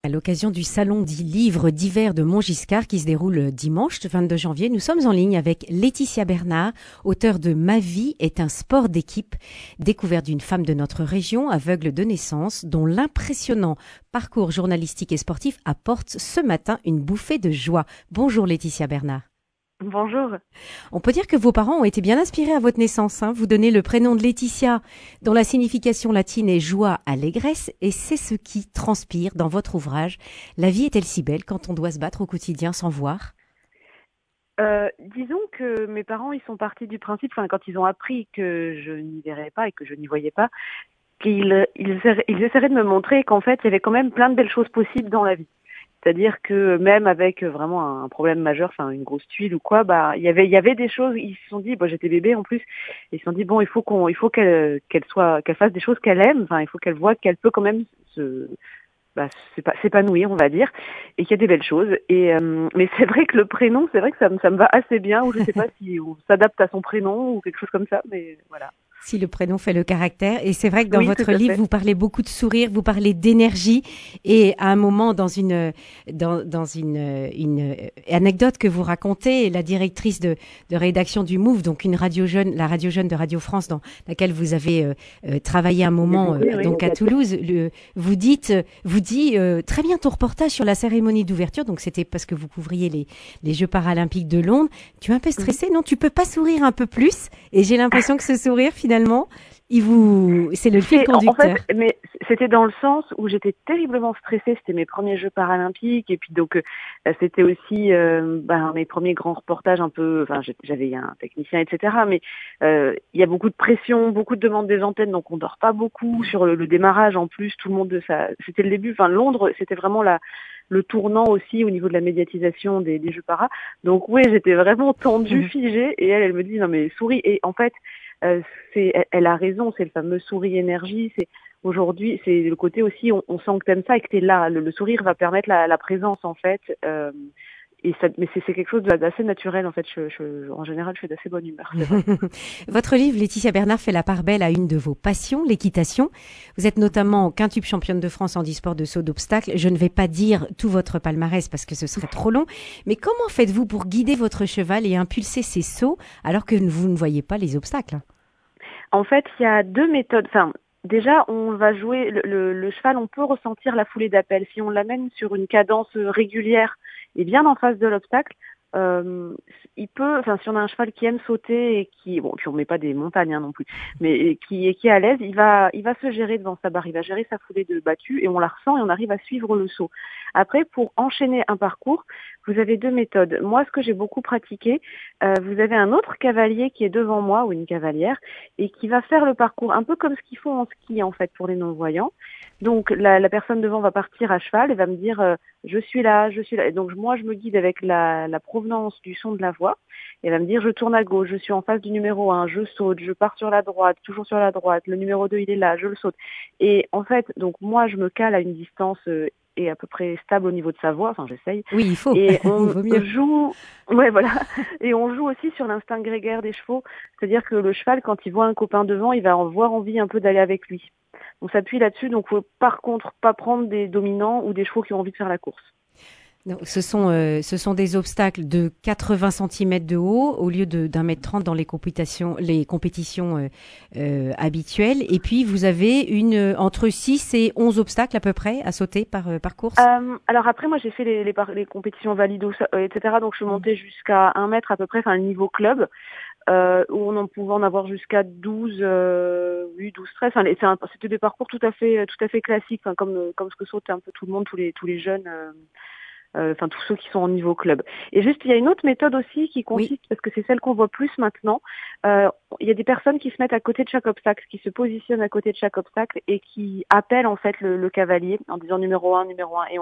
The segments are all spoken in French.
l'occasion du salon des livres d'hiver de Montgiscard qui se déroule dimanche 22 janvier, nous sommes en ligne avec Laetitia Bernard, auteure de Ma vie est un sport d'équipe, découverte d'une femme de notre région aveugle de naissance dont l'impressionnant parcours journalistique et sportif apporte ce matin une bouffée de joie. Bonjour Laetitia Bernard. Bonjour. On peut dire que vos parents ont été bien inspirés à votre naissance. Vous donnez le prénom de Laetitia, dont la signification latine est joie, allégresse, et c'est ce qui transpire dans votre ouvrage. La vie est-elle si belle quand on doit se battre au quotidien sans voir ? Disons que mes parents, ils sont partis du principe, quand ils ont appris que je n'y verrais pas et que je n'y voyais pas, qu'ils essaieraient de me montrer qu'en fait, il y avait quand même plein de belles choses possibles dans la vie. C'est-à-dire que même avec vraiment un problème majeur, une grosse tuile ou quoi, il y avait des choses. Ils se sont dit, j'étais bébé en plus, ils se sont dit il faut qu'elle fasse des choses qu'elle aime. Il faut qu'elle voit qu'elle peut quand même s'épanouir, on va dire, et qu'il y a des belles choses. Mais c'est vrai que le prénom, ça me va assez bien. Ou je sais pas si on s'adapte à son prénom ou quelque chose comme ça, mais voilà. Si le prénom fait le caractère. Et c'est vrai que dans oui, votre livre, vous parlez beaucoup de sourire, vous parlez d'énergie. Et à un moment, dans une anecdote que vous racontez, la directrice de rédaction du MOVE, donc la radio jeune de Radio France, dans laquelle vous avez travaillé un moment, donc à Toulouse, vous dit très bien ton reportage sur la cérémonie d'ouverture. Donc c'était parce que vous couvriez les Jeux paralympiques de Londres. Tu es un peu stressée, non? Tu peux pas sourire un peu plus? Et j'ai l'impression que ce sourire, finalement, c'est le fil conducteur. En fait, mais c'était dans le sens où j'étais terriblement stressée. C'était mes premiers Jeux paralympiques et puis donc c'était aussi mes premiers grands reportages un peu. J'avais un technicien, etc. Mais il y a beaucoup de pression, beaucoup de demandes des antennes, donc on dort pas beaucoup sur le démarrage. En plus, tout le monde de ça. C'était le début. Londres, c'était vraiment le tournant aussi au niveau de la médiatisation des Jeux para. Donc oui, j'étais vraiment tendue, figée. Et elle me dit non mais souris. Et en fait. Elle a raison, c'est le fameux souris énergie. Aujourd'hui, c'est le côté aussi, on sent que t'aimes ça et que t'es là. Le sourire va permettre la présence en fait. Mais c'est quelque chose d'assez naturel en fait. En général, je suis d'assez bonne humeur. Votre livre, Laetitia Bernard, fait la part belle à une de vos passions, l'équitation. Vous êtes notamment quintuple championne de France en e-sport de saut d'obstacles. Je ne vais pas dire tout votre palmarès parce que ce serait trop long. Mais comment faites-vous pour guider votre cheval et impulser ses sauts alors que vous ne voyez pas les obstacles ? En fait, il y a deux méthodes. Déjà, on va jouer le cheval, on peut ressentir la foulée d'appel. Si on l'amène sur une cadence régulière et bien en face de l'obstacle, il peut, si on a un cheval qui aime sauter et puis on met pas des montagnes non plus, mais qui est à l'aise, il va se gérer devant sa barre, il va gérer sa foulée de battue et on la ressent et on arrive à suivre le saut. Après, pour enchaîner un parcours, vous avez deux méthodes. Moi, ce que j'ai beaucoup pratiqué, vous avez un autre cavalier qui est devant moi ou une cavalière et qui va faire le parcours un peu comme ce qu'ils font en ski en fait pour les non-voyants. Donc la personne devant va partir à cheval et va me dire je suis là. Et donc moi je me guide avec la provenance du son de la voix. Et elle va me dire je tourne à gauche, je suis en face du numéro 1, je saute, je pars sur la droite, toujours sur la droite, le numéro 2 il est là, je le saute. Et en fait, donc moi je me cale à une distance et à peu près stable au niveau de sa voix, j'essaye. Oui, il faut. Et on il vaut mieux. joue, et on joue aussi sur l'instinct grégaire des chevaux, c'est-à-dire que le cheval, quand il voit un copain devant, il va avoir envie un peu d'aller avec lui. On s'appuie là-dessus, donc faut par contre pas prendre des dominants ou des chevaux qui ont envie de faire la course. Donc, ce sont des obstacles de 80 cm de haut au lieu d'1 m 30 dans les compétitions habituelles. Et puis, vous avez entre 6 et 11 obstacles à peu près à sauter par course. Alors après, moi, j'ai fait les compétitions valido, etc. Donc, je suis montée jusqu'à 1 mètre à peu près, le niveau club, où on en pouvait en avoir jusqu'à 12, 13. C'était des parcours tout à fait classiques, comme ce que saute un peu tout le monde, tous les jeunes. Tous ceux qui sont en niveau club. Et juste, il y a une autre méthode aussi qui consiste, parce que c'est celle qu'on voit plus maintenant, il y a des personnes qui se mettent à côté de chaque obstacle, qui se positionnent à côté de chaque obstacle et qui appellent en fait le cavalier en disant numéro 1,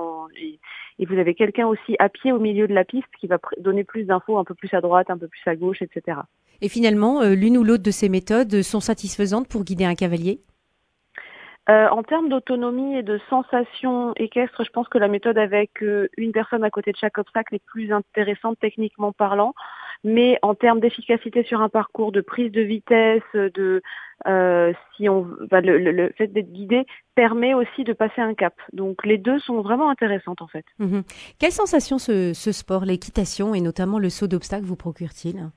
et vous avez quelqu'un aussi à pied au milieu de la piste qui va donner plus d'infos, un peu plus à droite, un peu plus à gauche, etc. Et finalement, l'une ou l'autre de ces méthodes sont satisfaisantes pour guider un cavalier ? En termes d'autonomie et de sensation équestre, je pense que la méthode avec une personne à côté de chaque obstacle est plus intéressante techniquement parlant. Mais en termes d'efficacité sur un parcours, de prise de vitesse, si on, le fait d'être guidé permet aussi de passer un cap. Donc les deux sont vraiment intéressantes en fait. Quelle sensation ce sport, l'équitation et notamment le saut d'obstacle vous procure-t-il?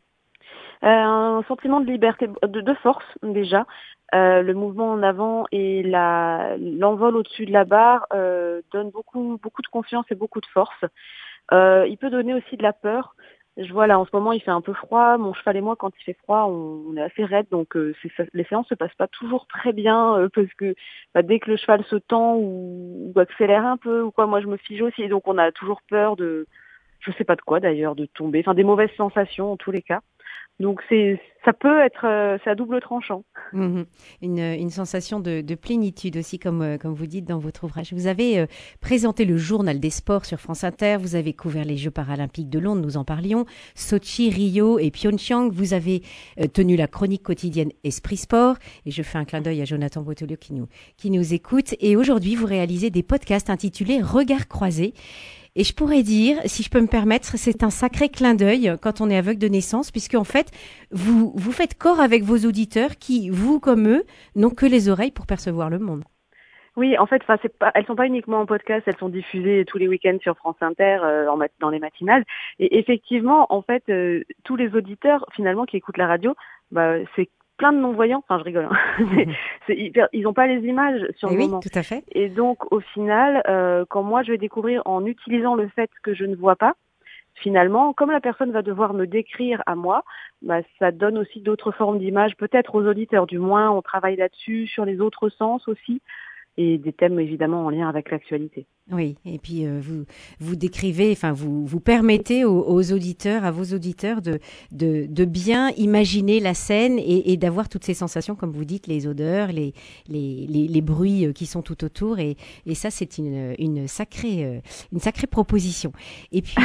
Un sentiment de liberté, de force déjà. Le mouvement en avant et l'envol au-dessus de la barre donne beaucoup de confiance et beaucoup de force. Il peut donner aussi de la peur. Je vois là en ce moment il fait un peu froid. Mon cheval et moi quand il fait froid on est assez raide donc les séances se passent pas toujours très bien parce que dès que le cheval se tend ou accélère un peu ou quoi, moi je me fige aussi et donc on a toujours peur de, je sais pas de quoi d'ailleurs, de tomber, enfin des mauvaises sensations en tous les cas. Donc ça peut être, c'est à double tranchant. Mmh. Une sensation de plénitude aussi comme vous dites dans votre ouvrage. Vous avez, présenté le journal des sports sur France Inter, vous avez couvert les Jeux paralympiques de Londres, nous en parlions, Sotchi, Rio et Pyeongchang. Vous avez, tenu la chronique quotidienne Esprit Sport et je fais un clin d'œil à Jonathan Bottolio qui nous écoute et aujourd'hui vous réalisez des podcasts intitulés Regards croisés. Et je pourrais dire, si je peux me permettre, c'est un sacré clin d'œil quand on est aveugle de naissance, puisque en fait, vous faites corps avec vos auditeurs qui, vous comme eux, n'ont que les oreilles pour percevoir le monde. Oui, en fait, elles sont pas uniquement en podcast, elles sont diffusées tous les week-ends sur France Inter dans les matinales. Et effectivement, en fait, tous les auditeurs finalement qui écoutent la radio, c'est plein de non-voyants. Enfin, je rigole. Hein. Ils n'ont pas les images sur le Et oui, moment. tout à fait. Et donc, au final, quand moi je vais découvrir en utilisant le fait que je ne vois pas, finalement, comme la personne va devoir me décrire à moi, ça donne aussi d'autres formes d'images, peut-être aux auditeurs. Du moins, on travaille là-dessus, sur les autres sens aussi. Et des thèmes évidemment en lien avec l'actualité. Oui, et puis vous décrivez, enfin vous permettez aux auditeurs, à vos auditeurs de bien imaginer la scène et d'avoir toutes ces sensations, comme vous dites, les odeurs, les bruits qui sont tout autour, et ça c'est une sacrée proposition. Et puis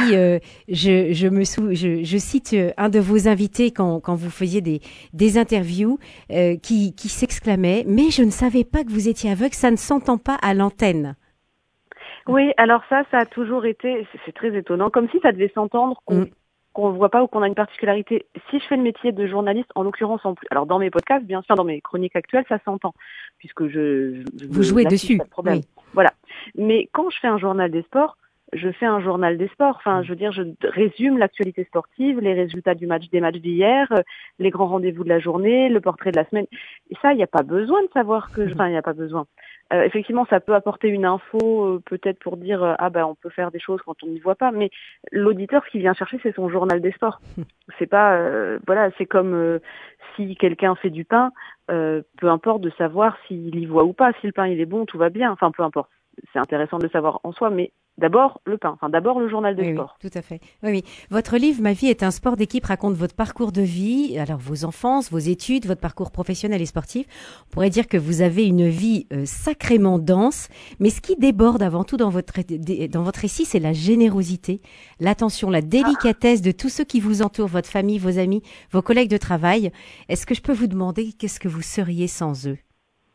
je cite un de vos invités quand vous faisiez des interviews qui s'exclamait: mais je ne savais pas que vous étiez aveugle, ça ne s'entend pas à l'antenne. Oui, alors ça a toujours été, c'est très étonnant, comme si ça devait s'entendre qu'on voit pas ou qu'on a une particularité. Si je fais le métier de journaliste, en l'occurrence en plus, alors dans mes podcasts, bien sûr, dans mes chroniques actuelles, ça s'entend, puisque vous jouez dessus, pas de problème. Oui. Voilà. Mais quand je fais un journal des sports, je fais un journal des sports. Enfin, je veux dire, je résume l'actualité sportive, les résultats des matchs d'hier, les grands rendez-vous de la journée, le portrait de la semaine. Et ça, il n'y a pas besoin de savoir que, enfin, il n'y a pas besoin. Effectivement, ça peut apporter une info, peut-être pour dire on peut faire des choses quand on n'y voit pas, mais l'auditeur, ce qu'il vient chercher, c'est son journal des sports. C'est pas voilà, c'est comme si quelqu'un fait du pain, peu importe de savoir s'il y voit ou pas, si le pain il est bon, tout va bien. Enfin, peu importe. C'est intéressant de le savoir en soi, mais d'abord le pain, enfin d'abord le journal de sport. Oui, tout à fait. Oui. Votre livre Ma vie est un sport d'équipe raconte votre parcours de vie, alors vos enfances, vos études, votre parcours professionnel et sportif. On pourrait dire que vous avez une vie sacrément dense, mais ce qui déborde avant tout dans votre récit, c'est la générosité, l'attention, la délicatesse de tous ceux qui vous entourent, votre famille, vos amis, vos collègues de travail. Est-ce que je peux vous demander qu'est-ce que vous seriez sans eux?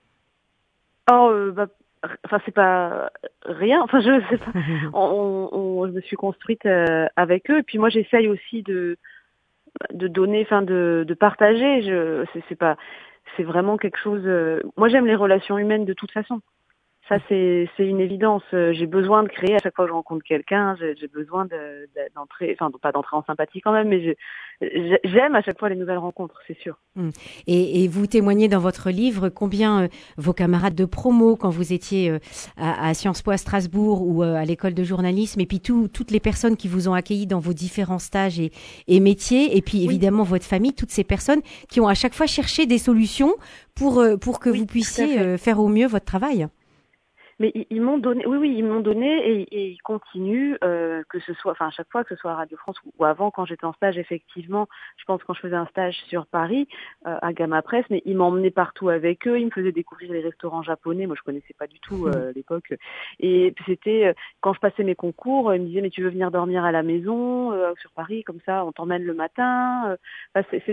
Enfin, c'est pas rien. Enfin, je sais pas. Je me suis construite avec eux. Et puis moi, j'essaye aussi de donner, enfin, de partager. C'est vraiment quelque chose. Moi, j'aime les relations humaines de toute façon. Ça, c'est une évidence. J'ai besoin de créer à chaque fois que je rencontre quelqu'un. J'ai besoin d'entrer, enfin, pas d'entrer en sympathie quand même, mais j'aime à chaque fois les nouvelles rencontres, c'est sûr. Et vous témoignez dans votre livre combien vos camarades de promo, quand vous étiez à Sciences Po à Strasbourg ou à l'école de journalisme, et puis toutes les personnes qui vous ont accueilli dans vos différents stages et métiers, et puis évidemment votre famille, toutes ces personnes qui ont à chaque fois cherché des solutions pour que vous puissiez faire au mieux votre travail. Mais ils m'ont donné, oui, ils m'ont donné et ils continuent, que ce soit, enfin à chaque fois, que ce soit à Radio France ou avant quand j'étais en stage, effectivement, je pense quand je faisais un stage sur Paris, à Gamma Presse, mais ils m'emmenaient partout avec eux, ils me faisaient découvrir les restaurants japonais, moi je connaissais pas du tout à l'époque, et c'était, quand je passais mes concours, ils me disaient mais tu veux venir dormir à la maison, sur Paris, comme ça on t'emmène le matin,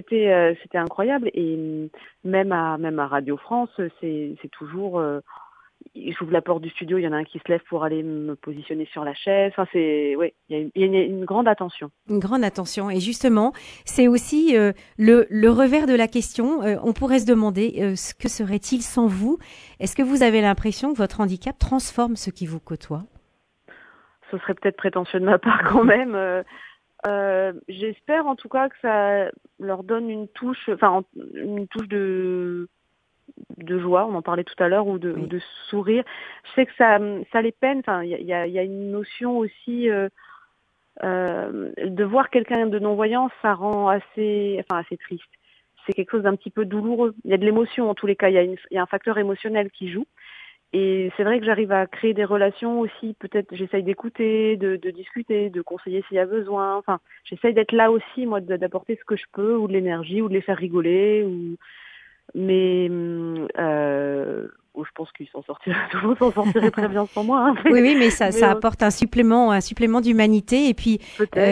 c'était incroyable, et même à Radio France, c'est toujours... j'ouvre la porte du studio, il y en a un qui se lève pour aller me positionner sur la chaise. Enfin, il y a une grande attention. Une grande attention. Et justement, c'est aussi le revers de la question. On pourrait se demander ce que serait-il sans vous? Est-ce que vous avez l'impression que votre handicap transforme ce qui vous côtoie? Ce serait peut-être prétentieux de ma part quand même. J'espère en tout cas que ça leur donne une touche de joie, on en parlait tout à l'heure, ou de sourire. Je sais que ça les peine. Enfin, il y a une notion aussi de voir quelqu'un de non-voyant, ça rend assez triste. C'est quelque chose d'un petit peu douloureux. Il y a de l'émotion en tous les cas. Il y a un facteur émotionnel qui joue. Et c'est vrai que j'arrive à créer des relations aussi. Peut-être j'essaye d'écouter, de discuter, de conseiller s'il y a besoin. Enfin, j'essaye d'être là aussi, moi, d'apporter ce que je peux, ou de l'énergie, ou de les faire rigoler, mais je pense qu'ils s'en sortiraient, tout le monde s'en sortirait très bien sans moi. Hein. Oui, mais ça apporte un supplément d'humanité. Et puis,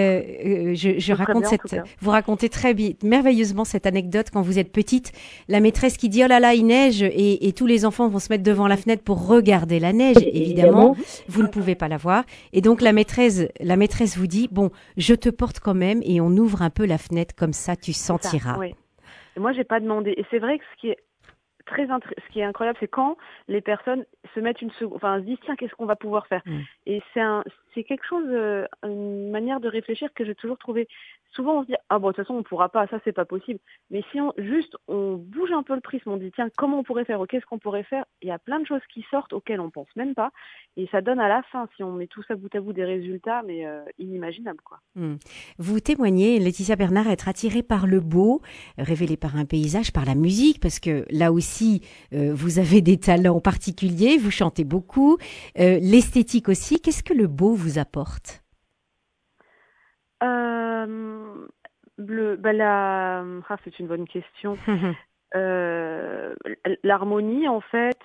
vous racontez merveilleusement cette anecdote quand vous êtes petite. La maîtresse qui dit oh là là, il neige, et tous les enfants vont se mettre devant la fenêtre pour regarder la neige. Évidemment, vous ne pouvez pas la voir. Et donc la maîtresse vous dit bon, je te porte quand même, et on ouvre un peu la fenêtre comme ça, tu sentiras. Oui. Et moi, j'ai pas demandé. Et c'est vrai que ce qui est incroyable, c'est quand les personnes se mettent se disent tiens, qu'est-ce qu'on va pouvoir faire. Et c'est quelque chose, une manière de réfléchir que j'ai toujours trouvé. Souvent, on se dit ah bon, de toute façon, on pourra pas, ça c'est pas possible. Mais si on bouge un peu le prisme, on dit tiens, comment on pourrait faire, qu'est-ce qu'on pourrait faire. Il y a plein de choses qui sortent auxquelles on pense même pas, et ça donne à la fin, si on met tout ça bout à bout, des résultats, mais inimaginables quoi. Vous témoignez, Laetitia Bernard, être attirée par le beau, révélé par un paysage, par la musique, parce que là aussi, vous avez des talents particuliers, vous chantez beaucoup, l'esthétique aussi. Qu'est-ce que le beau vous apporte? C'est une bonne question. L'harmonie, en fait,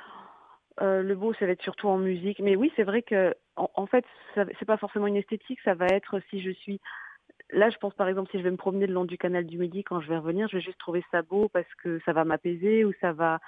le beau, ça va être surtout en musique. Mais oui, c'est vrai que, en fait, c'est pas forcément une esthétique, ça va être si je suis. Là, je pense par exemple, si je vais me promener le long du canal du Midi, quand je vais revenir, je vais juste trouver ça beau parce que ça va m'apaiser, ou ça va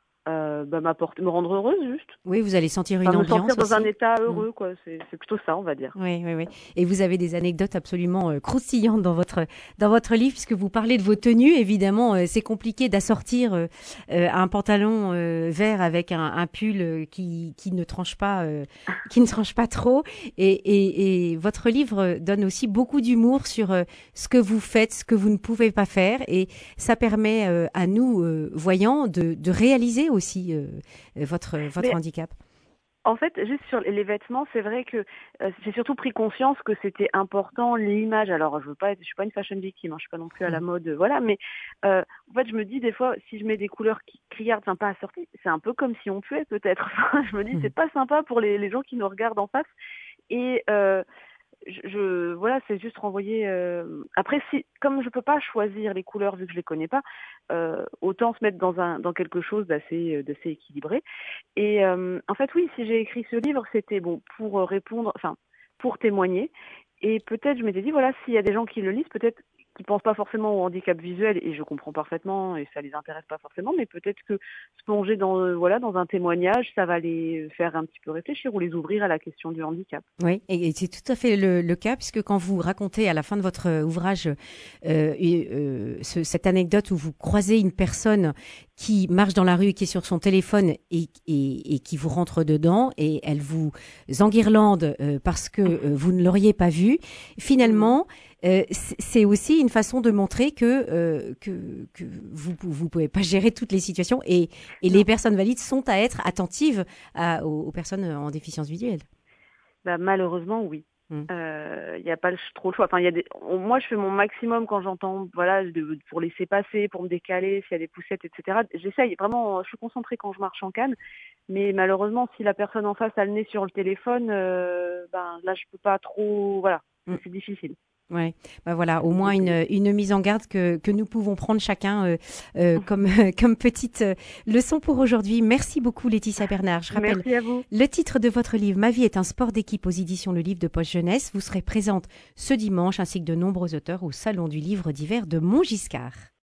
me rendre heureuse juste. Oui, vous allez sentir une me ambiance sentir dans aussi. un état heureux, quoi. C'est plutôt ça, on va dire. Oui. Et vous avez des anecdotes absolument croustillantes dans votre livre, puisque vous parlez de vos tenues. Évidemment, c'est compliqué d'assortir un pantalon vert avec un pull qui ne tranche pas trop. Et votre livre donne aussi beaucoup d'humour sur ce que vous faites, ce que vous ne pouvez pas faire, et ça permet à nous voyants de réaliser aussi votre handicap. En fait, juste sur les vêtements, c'est vrai que j'ai surtout pris conscience que c'était important l'image. Alors, je suis pas une fashion victime, hein, je suis pas non plus à la mode, voilà. Mais en fait, je me dis des fois, si je mets des couleurs criardes, pas assorties, c'est un peu comme si on puait peut-être. Je me dis, c'est pas sympa pour les gens qui nous regardent en face. Et voilà, c'est juste renvoyer. Après, comme je peux pas choisir les couleurs vu que je les connais pas, autant se mettre dans quelque chose d'assez équilibré. Et en fait, oui, si j'ai écrit ce livre, c'était pour répondre, pour témoigner. Et peut-être, je m'étais dit, voilà, s'il y a des gens qui le lisent, peut-être qui pensent pas forcément au handicap visuel, et je comprends parfaitement, et ça les intéresse pas forcément, mais peut-être que se plonger dans un témoignage, ça va les faire un petit peu réfléchir, ou les ouvrir à la question du handicap. Oui, et c'est tout à fait le cas, puisque quand vous racontez à la fin de votre ouvrage cette anecdote où vous croisez une personne qui marche dans la rue et qui est sur son téléphone et qui vous rentre dedans, et elle vous enguirlande parce que vous ne l'auriez pas vue, finalement, c'est aussi une façon de montrer que vous pouvez pas gérer toutes les situations, et les personnes valides sont à être attentives aux personnes en déficience visuelle. Malheureusement, oui. Il n'y a pas trop le choix. Moi, je fais mon maximum quand j'entends, pour laisser passer, pour me décaler, s'il y a des poussettes, etc. J'essaye vraiment, je suis concentrée quand je marche en canne. Mais malheureusement, si la personne en face a le nez sur le téléphone, là, je peux pas trop, voilà. C'est difficile. Ouais, voilà, au moins une mise en garde que nous pouvons prendre chacun comme petite leçon pour aujourd'hui. Merci beaucoup, Laetitia Bernard. Je rappelle Merci à vous. Le titre de votre livre, Ma vie est un sport d'équipe, aux éditions Le Livre de Poche Jeunesse. Vous serez présente ce dimanche, ainsi que de nombreux auteurs, au Salon du Livre d'hiver de Montgiscard.